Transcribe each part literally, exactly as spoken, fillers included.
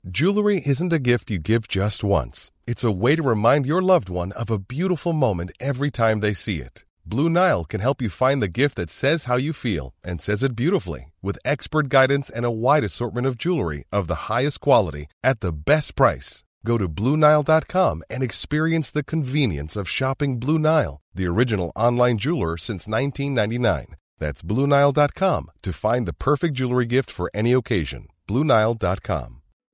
Jewelry isn't a gift you give just once. It's a way to remind your loved one of a beautiful moment every time they see it. Blue Nile can help you find the gift that says how you feel and says it beautifully, with expert guidance and a wide assortment of jewelry of the highest quality at the best price. Go to Blue Nile dot com and experience the convenience of shopping Blue Nile, the original online jeweler since nineteen ninety-nine. That's Blue Nile dot com to find the perfect jewelry gift for any occasion. Blue Nile dot com.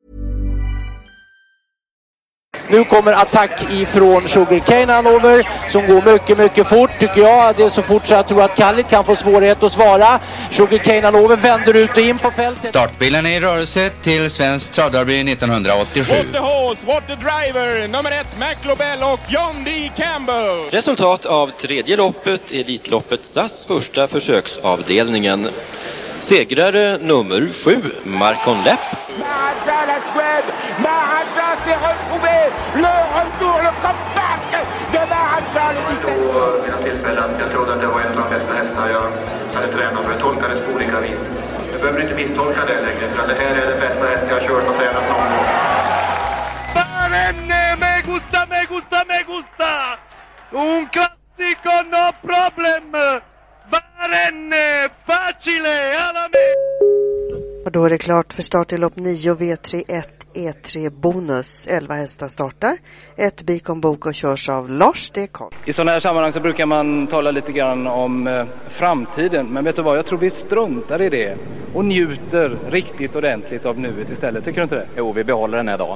Nu kommer attack ifrån Sugarcane Hanover som går mycket, mycket fort tycker jag. Det är så fort så jag tror att Kallit kan få svårighet att svara. Sugarcane Hanover vänder ut och in på fältet. Startbilen är i rörelse till Svensk Travderby nittonhundraåttiosju. What the horse, what the driver, nummer ett Mac Lobel och John D. Campbell. Resultat av tredje loppet, Elitloppet S A S första försöksavdelningen. Segrare nummer sju, Marcon Lepp. Maharaja la Suède, Maharaja s'est retrouvé, le retour, le comeback de Maharaja le dix-sept. Vid något tillfälle att jag trodde att det var en av de bästa hästar jag hade tränat för. Jag tolkade det på olika vis. Jag behöver inte misstolka det längre, för det här är det bästa häst jag har kört och tränat någon gång. Barenne, me gusta, me gusta, me gusta! Un classico, no problem! Barenne, facile, alla me! Och då är det klart för start i lopp nio V trettioett E tre bonus. elva hästar startar. Ett Bikon Bok och körs av Lars Dekon. I sådana här sammanhang så brukar man tala lite grann om eh, framtiden. Men vet du vad, jag tror vi struntar i det. Och njuter riktigt ordentligt av nuet istället. Tycker du inte det? Jo, vi behåller den här dagen.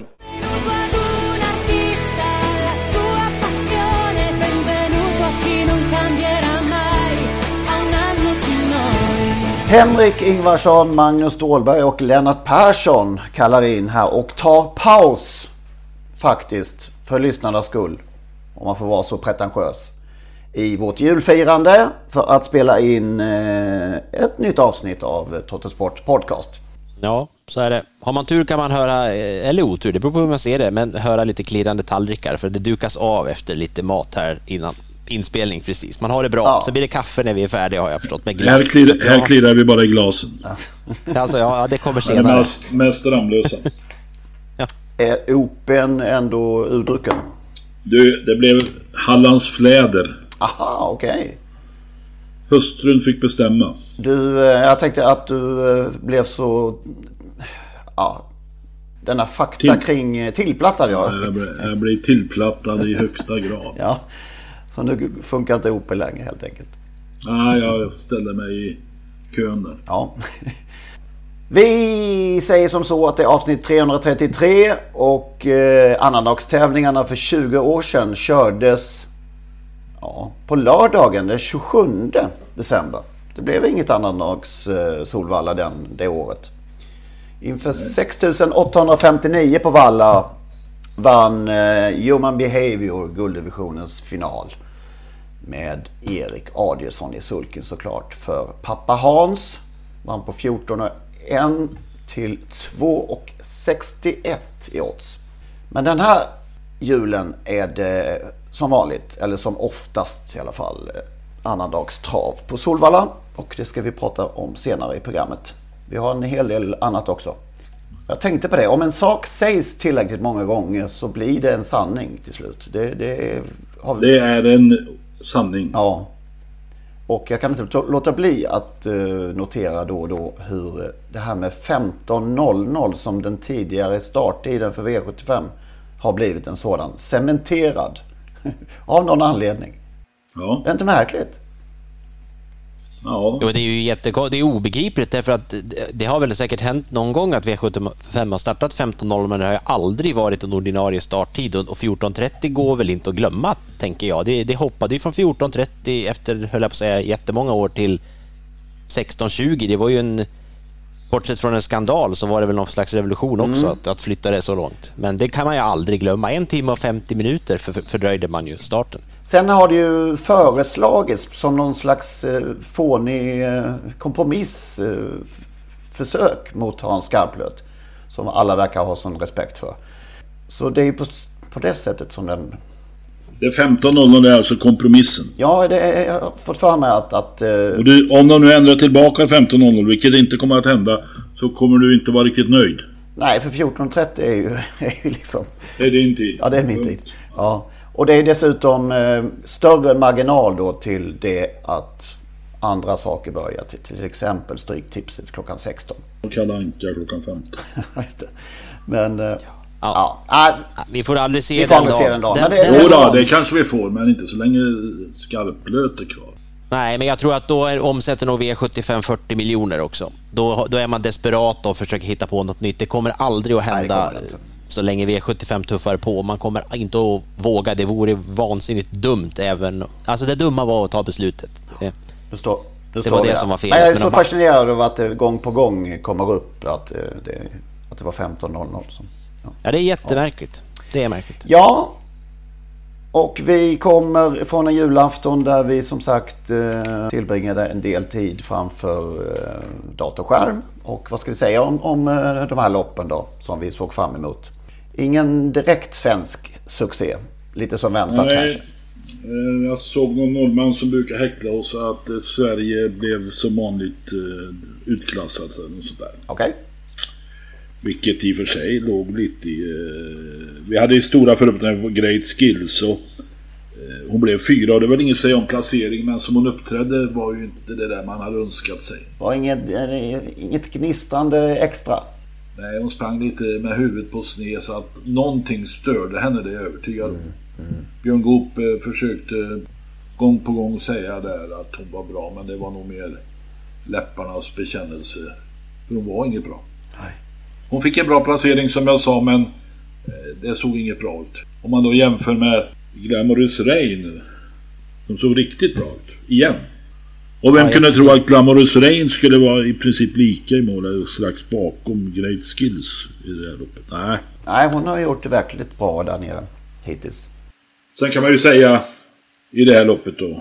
Henrik Ingvarsson, Magnus Ståhlberg och Lennart Persson kallar in här och tar paus faktiskt för lyssnarnas skull, om man får vara så pretentiös, i vårt julfirande för att spela in eh, ett nytt avsnitt av Totosport podcast. Ja, så är det. Har man tur kan man höra, eller otur, det beror på hur man ser det, men höra lite klirrande tallrikar, för det dukas av efter lite mat här innan inspelning precis. Man har det bra. Ja. Sen blir det kaffe när vi är färdiga, har jag förstått, med glass. Här, klirrar, här klirrar vi bara i glasen. Ja. Alltså, ja, det kommer senare. Det mest, mest ramlösa. Ja. Är Open ändå urdrucken? Du, det blev Hallands fläder. Aha, okej. Okay. Hustrun fick bestämma. Du, jag tänkte att du blev så... Ja, denna fakta Till... kring tillplattad jag. Jag blev, jag blev tillplattad i högsta grad. Ja, så nu funkar inte Opel längre helt enkelt. Nej, jag ställde mig i kön där. Ja. Vi säger som så att det är avsnitt trehundratrettiotre och eh, annandagstävlingarna för tjugo år sedan kördes ja, på lördagen den tjugosjunde december. Det blev inget annandags eh, Solvalla den, det året. Inför sex tusen åttahundrafemtionio på Valla vann eh, Human Behavior gulddivisionens final med Erik Adielsson i sulken såklart. För pappa Hans vann på fjorton och en till två sextioett i odds. Men den här julen är det som vanligt, eller som oftast i alla fall, annandagstrav på Solvalla. Och det ska vi prata om senare i programmet. Vi har en hel del annat också. Jag tänkte på det, om en sak sägs tillräckligt många gånger så blir det en sanning till slut. Det, det, har vi... det är en sanning. Ja. Och jag kan inte låta bli att uh, notera då och då hur det här med femton noll noll som den tidigare starttiden för V sjuttiofem har blivit en sådan cementerad av någon anledning. Ja. Det är inte märkligt. Ja. Jo, det är ju jättekonstigt, det är obegripligt därför att det har väl säkert hänt någon gång att V sjuttiofem har startat femton noll, men det har ju aldrig varit en ordinarie starttid, och fjorton trettio går väl inte att glömma, tänker jag. Det, det hoppade ju från fjorton trettio efter, höll jag på att säga, jättemånga år till sexton tjugo. Det var ju en, bortsett från en skandal, så var det väl någon slags revolution också mm. att, att flytta det så långt. Men det kan man ju aldrig glömma. En timme och femtio minuter för, för, fördröjde man ju starten. Sen har det ju föreslagits som någon slags eh, fånig eh, kompromiss eh, f- försök mot Hans Skarplöt, som alla verkar ha sån respekt för. Så det är ju på, på det sättet som den... Det är femton noll noll är alltså kompromissen. Ja, det är, jag har fått för mig att... att eh... och du, om de nu ändrar tillbaka femton noll noll, vilket inte kommer att hända, så kommer du inte vara riktigt nöjd. Nej, för fjorton trettio är ju, är ju liksom... Det är din tid. Ja, det är min tid. Ja. Och det är dessutom eh, större marginal då till det att andra saker börjar. Till, till exempel Stryktipset klockan sexton. Och Kalle Anka klockan femton. Just det. Men... Eh, Ja. Ja. Ja, vi får aldrig se vi får den aldrig dagen. se den dagen. Den, Men det, den, Jo då, det kanske vi får, men inte så länge skarplöt är kvar. Nej, men jag tror att då är, omsätter nog V sjuttiofem fyrtio miljoner också. Då, då är man desperat och försöker hitta på något nytt. Det kommer aldrig att hända. Nej, så länge V sjuttiofem tuffar på. Man kommer inte att våga. Det vore vansinnigt dumt även. Alltså det dumma var att ta beslutet. Det, det, står, det, det var det, det som var fel. Men jag är så de fascinerad av att det gång på gång kommer upp att det, att det var femton noll noll. Som, ja. ja, det är jättemärkligt. Det är märkligt. Ja. Och vi kommer från en julafton där vi som sagt tillbringade en del tid framför datorskärm. Och vad ska vi säga om, om de här loppen då som vi såg fram emot? Ingen direkt svensk succé, lite som väntat kanske. Jag såg någon norrman som brukar häckla oss att Sverige blev som vanligt utklassat eller något sånt där. Okej. Okay. Vilket i och för sig låg lite i... Vi hade ju stora förhoppningar på Great Skills och hon blev fyra och det var inget att säga om placering, men som hon uppträdde var ju inte det där man hade önskat sig. Var inget, inget gnistrande extra? Nej, hon sprang lite med huvudet på sned så att någonting störde henne, det är jag övertygad om. Mm, mm. Björn Goop eh, försökte gång på gång säga där att hon var bra, men det var nog mer läpparnas bekännelse. För hon var inget bra. Nej. Hon fick en bra placering som jag sa, men eh, det såg inget bra ut. Om man då jämför med Glamorous Rain som såg riktigt bra ut, igen. Och vem ja, kunde tro att Glamorous Rain skulle vara i princip lika i mål strax bakom Great Skills i det här loppet? Nej. Nej, hon har gjort det verkligt bra där nere hittills. Sen kan man ju säga i det här loppet då,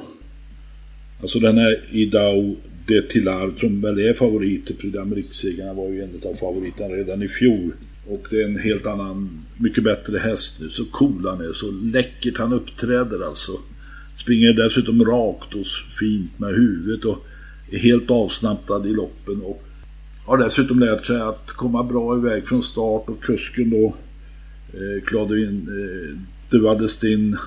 alltså den här Idao de Tillar som väl är favorit till Prix d'Amérique-segrarna var ju en av favoriterna redan i fjol. Och det är en helt annan, mycket bättre häst nu. Så cool han är, så läckert han uppträder alltså. Springer dessutom rakt och fint med huvudet och är helt avsnappad i loppen. Och har dessutom lärt sig att komma bra iväg från start. Och kusken då, eh, Claudine eh, Duadestin,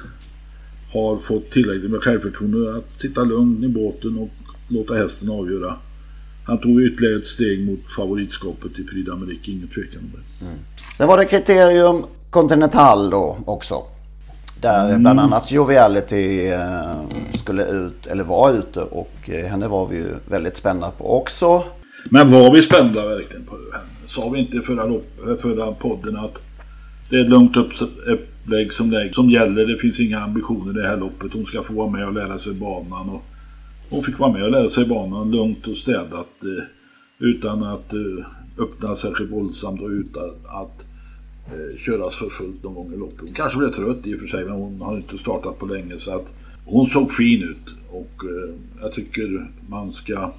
har fått tillräckligt med självförtroende att sitta lugn i båten och låta hästen avgöra. Han tog ytterligare ett steg mot favoritskapet i Prix d'Amérique, ingen tvekan om det. Mm. Sen var det kriterium Continental då också. Där mm. bland annat Joviality eh, skulle ut, eller var ute, och eh, henne var vi ju väldigt spända på också. Men var vi spända verkligen på henne? Sa vi inte i förra, lopp, förra podden att det är ett lugnt upp, upplägg som, lägg, som gäller, det finns inga ambitioner i det här loppet, hon ska få vara med och lära sig banan, och hon fick vara med och lära sig banan lugnt och städat eh, utan att eh, öppna särskilt våldsamt och utan att eh, köras för fullt någon gång i loppet. Hon kanske blev trött i och för sig, men hon har inte startat på länge, så att hon såg fin ut, och eh, jag tycker man ska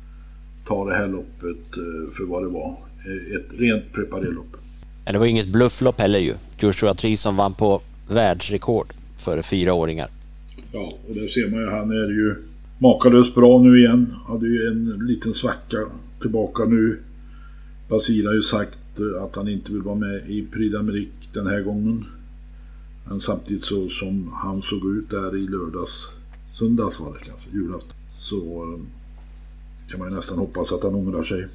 ta det här loppet eh, för vad det var. Eh, ett rent preparerlopp. Det var inget blufflopp heller ju. Joshua Tree som vann på världsrekord för fyraåringar. Ja, och där ser man ju, han är ju makalöst bra nu igen. Hade ju en liten svacka tillbaka nu. Basir har ju sagt att han inte vill vara med i Prix d'Amérique den här gången. Men samtidigt så som han såg ut där i lördags, söndags var det kanske, julafton, så kan man ju nästan hoppas att han ångrar sig.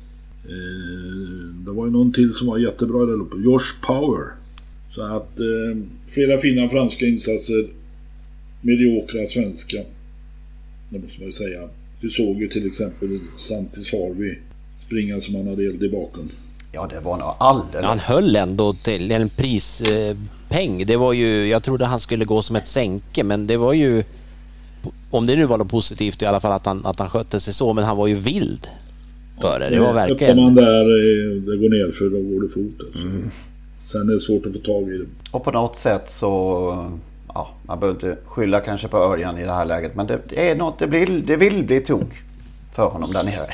Eh, det var ju någon till som var jättebra i det loppet, Josh Power. Så att eh, flera fina franska insatser, mediokra svenska, det måste man ju säga. Vi såg ju till exempel Santis Harvey springa som han hade eld i baken. Ja, det var nog alldeles... Han höll ändå till en prispeng. Det var ju, jag trodde han skulle gå som ett sänke, men det var ju, om det nu var något positivt i alla fall att han, att han skötte sig så, men han var ju vild för det. Det var verkligen... Öppnar man där, det går ner för då går det fot. Alltså. Mm. Sen är det svårt att få tag i det. Och på något sätt så... Ja, man behöver inte skylla kanske på Örjan i det här läget, men det, det är något, det, blir, det vill bli tog för honom där nere.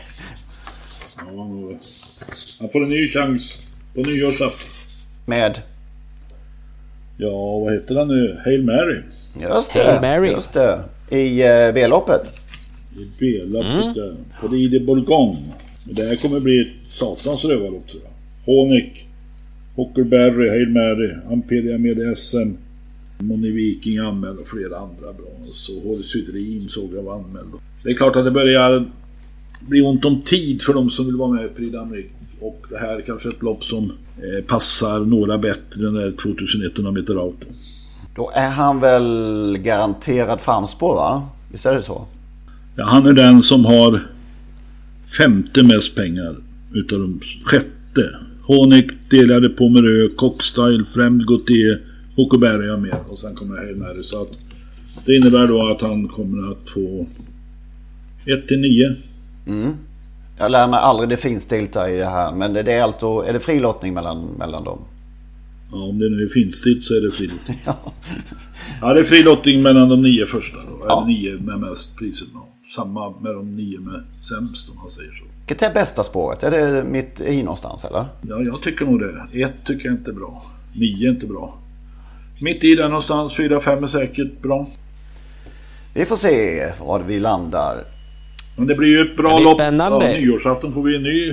Ja, han får en ny chans på nyårsafton. Med? Ja, vad heter han nu? Hail Mary. Just det, Hail Mary. Just det. I uh, B-loppet. I B-loppet, mm. ja. På Ride Bourgogne. Och det här kommer bli ett satans rövarlopp, tror jag. Honeck Huckleberry, Hail Mary, Ampere med S M, Moni Viking anmäld och flera andra bra. Så Horace Dream såg jag var anmäld. Det är klart att det börjar bli ont om tid för de som vill vara med i Prix d'Amérique. Och det här är kanske ett lopp som eh, passar några bättre än den tjugoetthundra meter auto. Då är han väl garanterad framspår, va? Visst är det så? Ja, han är den som har femte mest pengar utav de sjätte. Honeck delade på Merö, Cockstyle, Fremd Gauthier, Huckleberry med och sen kommer Hail Mary. Så att det innebär då att han kommer att få ett till nio. Mm. Jag lär mig aldrig det finstilta i det här, men det är alltså, är det frilottning mellan, mellan dem? Ja, om det nu är finstilt så är det frilottning. ja. ja, det är frilottning mellan de nio första då. Ja. Eller nio med mest priser. Samma med de nio med sämst, om man säger så. Vilket är bästa spåret? Är det mitt i någonstans, eller? Ja, jag tycker nog det. Ett tycker jag inte är bra. Nio är inte bra. Mitt i den någonstans, fyra, fem är säkert bra. Vi får se var vi landar. Men det blir ju ett bra det lopp. Spännande. Ja, nyårsafton får vi en ny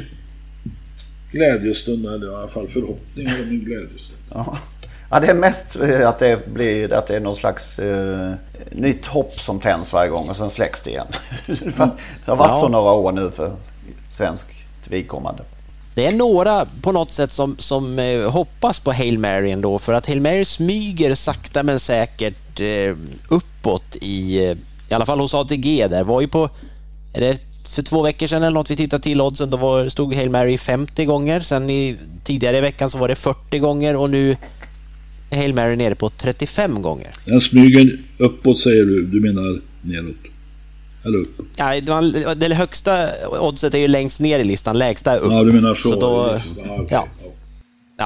glädjestund, eller i alla fall förhoppning om en glädjestund. Ja. Ja, det är mest att det blir att det är någon slags uh, nytt hopp som tänds varje gång och sen släcks det igen. Fast det har varit ja. så några år nu för svensk vidkommande. Det är några på något sätt som, som eh, hoppas på Hail Mary ändå, för att Hail Mary smyger sakta men säkert eh, uppåt i, eh, i alla fall hos A T G. Där var ju på, är det för två veckor sedan eller något vi tittade till oddsen, då var, stod Hail Mary femtio gånger, sen i, tidigare i veckan så var det fyrtio gånger och nu är Hail Mary nere på trettiofem gånger. Den smyger uppåt säger du, du menar neråt? Eller upp? Ja, det, det högsta oddset är ju längst ner i listan, lägsta upp. Ja, du menar så. så då, ah, okay. ja. ja.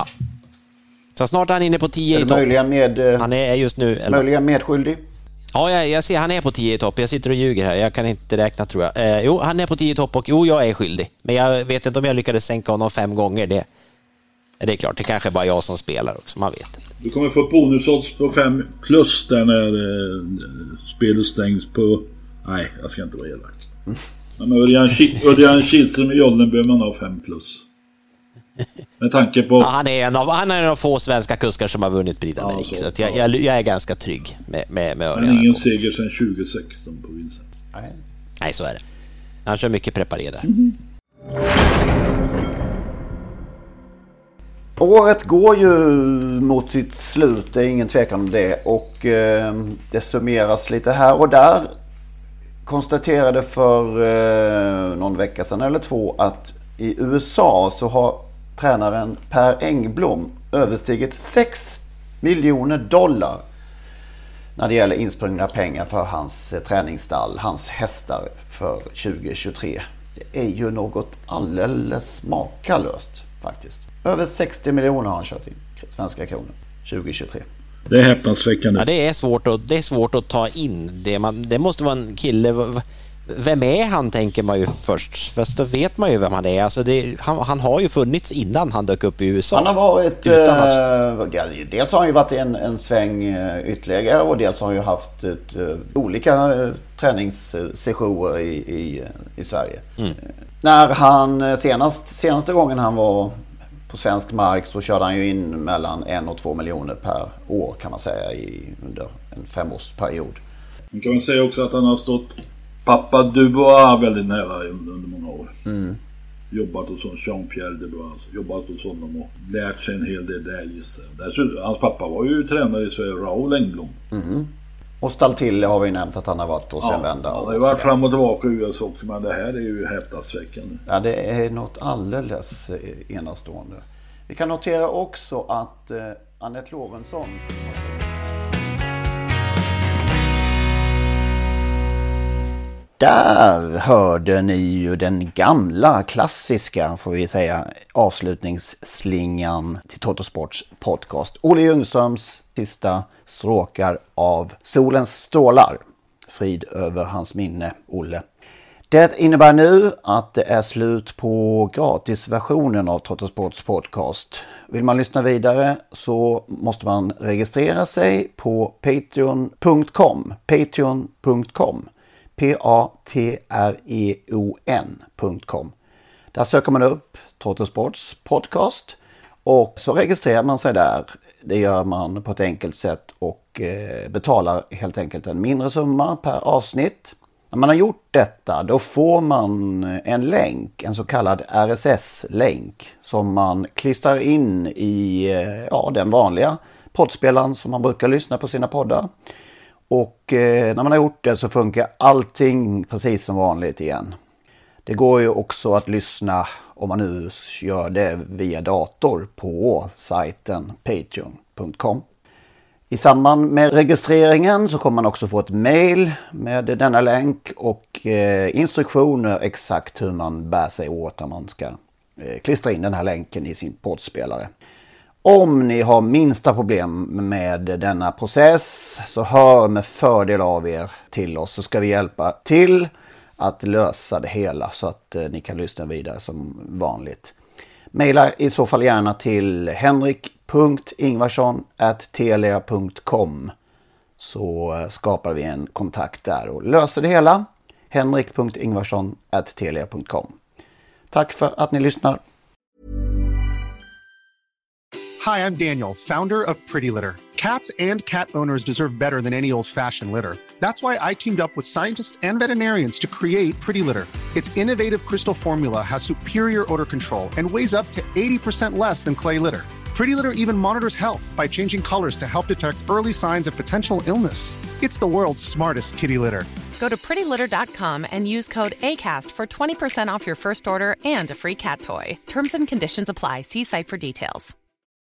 Så snart är han inne på tio i topp. Med, han är just nu... Eller? Möjligen medskyldig? Ja, jag, jag ser han är på tio i topp. Jag sitter och ljuger här. Jag kan inte räkna, tror jag. Eh, jo, han är på tio i topp och jo, jag är skyldig. Men jag vet inte om jag lyckades sänka honom fem gånger. Det, det är klart, det kanske är bara jag som spelar också. Man vet inte. Du kommer få ett bonusodds på fem plus där när eh, spelet stängs på... Nej, jag ska inte vara elak. Mm. Men Örjan Kihlström i Jollen behöver man ha fem plus. Med tanke på... Ja, han, är en av, han är en av få svenska kuskar som har vunnit Prix d'Amérique. Ja, så, så att jag, jag, jag är ganska trygg med, med, med Örjan. Han har ingen seger sedan tjugo sexton på Vincent. Nej. Nej, så är det. Han kör mycket preparerad. Mm. Året går ju mot sitt slut, det är ingen tvekan om det. Och eh, det summeras lite här och där. Konstaterade för eh, någon vecka sedan eller två att i U S A så har tränaren Per Engblom överstigit sex miljoner dollar när det gäller insprungna pengar för hans eh, träningsstall, hans hästar för tjugo tjugotre. Det är ju något alldeles makalöst faktiskt. Över sextio miljoner har han kört in svenska kronor tjugo tjugotre. Det är häpnadsväckande. Ja, det är svårt att, det är svårt att ta in det. Man, det måste vara en kille. Vem är han, tänker man ju först. Först då vet man ju vem han är. Alltså det, han, han har ju funnits innan han dök upp i U S A. Han har varit... Äh, dels har han ju varit en, en sväng ytterligare och dels har han ju haft ett, uh, olika uh, träningssessioner i, i, i Sverige. Mm. När han senast, senaste gången han var på svensk mark så körde han ju in mellan en och två miljoner per år kan man säga i, under en femårsperiod. Man kan man säga också att han har stått pappa Dubois väldigt nära under många år. Mm. Jobbat hos Jean-Pierre Dubois, jobbat hos honom och lärt sig en hel del där gissar. Dessutom, hans pappa var ju tränare i Sverige, Raoul Engblom. Mm. Och Stalltille har vi nämnt att han har varit hos ja, en vända. Ja, det har varit fram och tillbaka i U S också, men det här är ju häpnadsväckande. Ja, det är något alldeles enastående. Vi kan notera också att eh, Anette Lorentzon... Där hörde ni ju den gamla klassiska, får vi säga, avslutningsslingan till Toto Sports podcast. Olle Ljungströms sista stråkar av Solens strålar. Frid över hans minne, Olle. Det innebär nu att det är slut på gratisversionen av Toto Sports podcast. Vill man lyssna vidare så måste man registrera sig på patreon punkt com. patreon punkt com. P-A-T-R-E-O-N punkt com. Där söker man upp Toto Sports podcast Och så registrerar man sig där. Det gör man på ett enkelt sätt och eh, betalar helt enkelt en mindre summa per avsnitt. När man har gjort detta då får man en länk, en så kallad R S S-länk som man klistrar in i eh, ja, den vanliga poddspelaren som man brukar lyssna på sina poddar. Och eh, när man har gjort det så funkar allting precis som vanligt igen. Det går ju också att lyssna om man nu gör det via dator på sajten patreon punkt com. I samband med registreringen så kommer man också få ett mail med denna länk och eh, instruktioner exakt hur man bär sig åt när man ska eh, klistra in den här länken i sin poddspelare. Om ni har minsta problem med denna process så hör med fördel av er till oss, så ska vi hjälpa till att lösa det hela så att eh, ni kan lyssna vidare som vanligt. Maila i så fall gärna till henrik punkt ingvarsson at telia punkt com så eh, skapar vi en kontakt där och löser det hela. henrik punkt ingvarsson at telia punkt com. Tack för att ni lyssnar. Hi, I'm Daniel, founder of Pretty Litter. Cats and cat owners deserve better than any old-fashioned litter. That's why I teamed up with scientists and veterinarians to create Pretty Litter. Its innovative crystal formula has superior odor control and weighs up to eighty percent less than clay litter. Pretty Litter even monitors health by changing colors to help detect early signs of potential illness. It's the world's smartest kitty litter. Go to pretty litter dot com and use code ACAST for twenty percent off your first order and a free cat toy. Terms and conditions apply. See site for details.